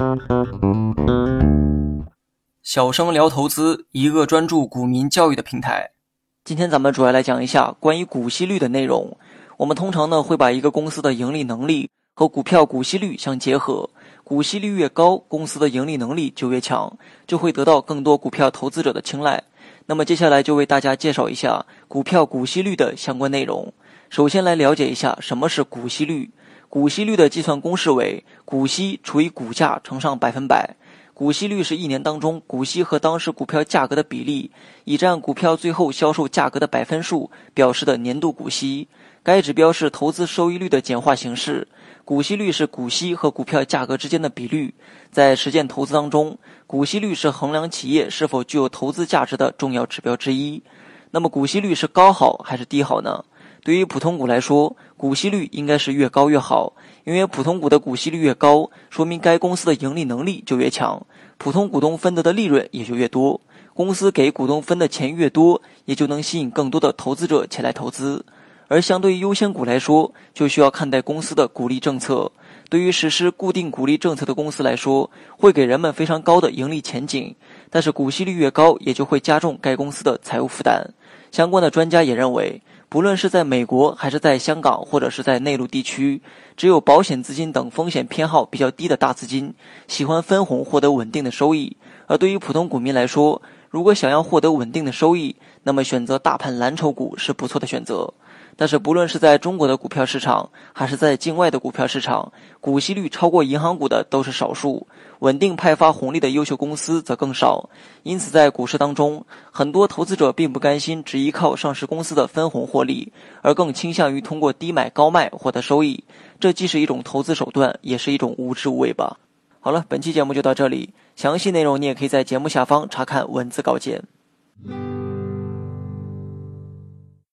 小生聊投资，一个专注股民教育的平台。今天咱们主要来讲一下关于股息率的内容。我们通常呢会把一个公司的盈利能力和股票股息率相结合，股息率越高，公司的盈利能力就越强，就会得到更多股票投资者的青睐。那么接下来就为大家介绍一下股票股息率的相关内容。首先来了解一下什么是股息率。股息率的计算公式为股息除以股价乘上100%。股息率是一年当中股息和当时股票价格的比例，以占股票最后销售价格的百分数表示的年度股息。该指标是投资收益率的简化形式。股息率是股息和股票价格之间的比率。在实践投资当中，股息率是衡量企业是否具有投资价值的重要指标之一。那么股息率是高好还是低好呢？对于普通股来说，股息率应该是越高越好，因为普通股的股息率越高，说明该公司的盈利能力就越强，普通股东分得的利润也就越多，公司给股东分的钱越多，也就能吸引更多的投资者前来投资。而相对于优先股来说，就需要看待公司的股利政策。对于实施固定股利政策的公司来说，会给人们非常高的盈利前景，但是股息率越高，也就会加重该公司的财务负担。相关的专家也认为，不论是在美国还是在香港或者是在内陆地区，只有保险资金等风险偏好比较低的大资金喜欢分红获得稳定的收益，而对于普通股民来说，如果想要获得稳定的收益，那么选择大盘蓝筹股是不错的选择。但是不论是在中国的股票市场还是在境外的股票市场，股息率超过银行股的都是少数，稳定派发红利的优秀公司则更少。因此在股市当中，很多投资者并不甘心只依靠上市公司的分红获利，而更倾向于通过低买高卖获得收益。这既是一种投资手段，也是一种无知无畏吧。好了，本期节目就到这里，详细内容你也可以在节目下方查看文字稿件。